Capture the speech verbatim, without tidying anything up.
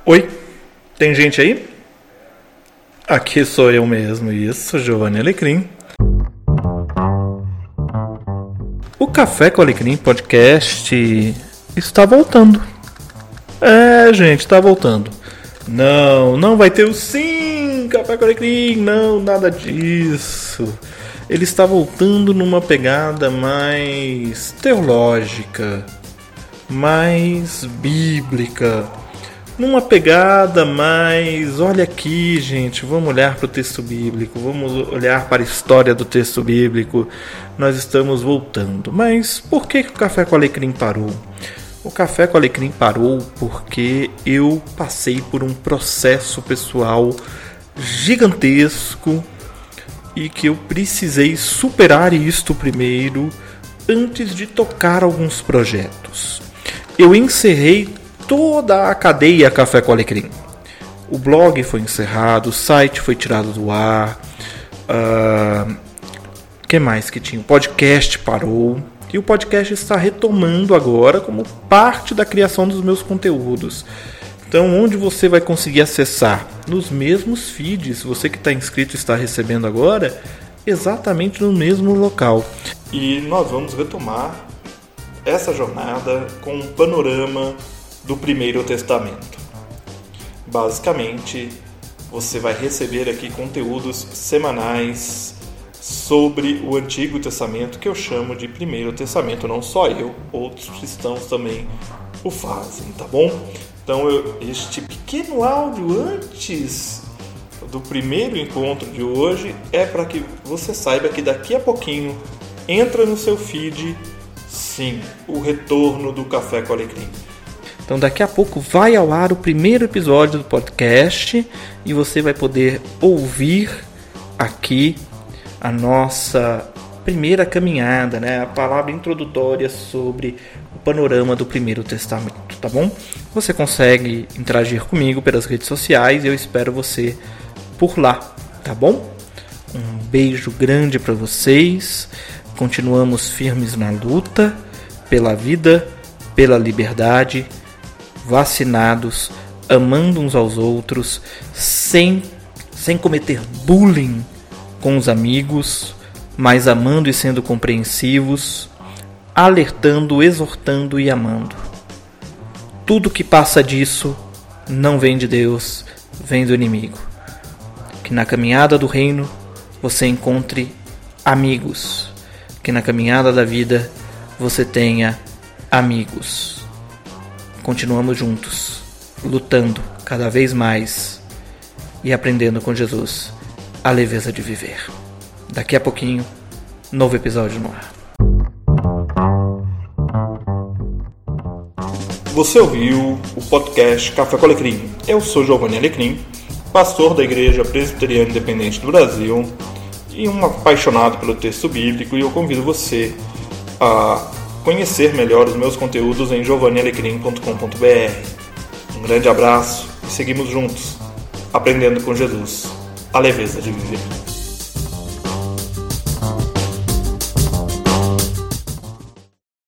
Oi, tem gente aí? Aqui sou eu mesmo, isso, Giovanni Alecrim. O Café com Alecrim Podcast está voltando. É, gente, está voltando. Não, não vai ter o sim, Café com Alecrim, não, nada disso. Ele está voltando numa pegada mais teológica, mais bíblica, numa pegada mais, olha aqui, gente, vamos olhar para o texto bíblico, vamos olhar para a história do texto bíblico. Nós estamos voltando. Mas por que, que o Café com Alecrim parou? O Café com Alecrim parou porque eu passei por um processo pessoal gigantesco e que eu precisei superar isto primeiro antes de tocar alguns projetos. Eu encerrei toda a cadeia Café com Alecrim. O blog foi encerrado, o site foi tirado do ar, o uh, que mais que tinha? O podcast parou. E o podcast está retomando agora como parte da criação dos meus conteúdos. Então, onde você vai conseguir acessar? Nos mesmos feeds. Você que está inscrito está recebendo agora, exatamente no mesmo local. E nós vamos retomar essa jornada com um panorama do Primeiro Testamento. Basicamente, você vai receber aqui conteúdos semanais sobre o Antigo Testamento, que eu chamo de Primeiro Testamento. Não só eu, outros cristãos também o fazem, tá bom? Então, eu, este pequeno áudio antes do primeiro encontro de hoje é para que você saiba que daqui a pouquinho entra no seu feed, sim, o retorno do Café com Alecrim. Então, daqui a pouco vai ao ar o primeiro episódio do podcast e você vai poder ouvir aqui a nossa primeira caminhada, né? A palavra introdutória sobre o panorama do Primeiro Testamento, tá bom? Você consegue interagir comigo pelas redes sociais e eu espero você por lá, tá bom? Um beijo grande para vocês. Continuamos firmes na luta pela vida, pela liberdade, vacinados, amando uns aos outros, sem, sem cometer bullying com os amigos, mas amando e sendo compreensivos, alertando, exortando e amando. Tudo que passa disso não vem de Deus, vem do inimigo. Que na caminhada do reino você encontre amigos, que na caminhada da vida você tenha amigos. Continuamos juntos, lutando cada vez mais e aprendendo com Jesus a leveza de viver. Daqui a pouquinho, novo episódio no ar. Você ouviu o podcast Café com Alecrim. Eu sou Giovanni Alecrim, pastor da Igreja Presbiteriana Independente do Brasil e um apaixonado pelo texto bíblico, e eu convido você a conhecer melhor os meus conteúdos em giovanni alecrim ponto com ponto b r. Um grande abraço e seguimos juntos, aprendendo com Jesus a leveza de viver.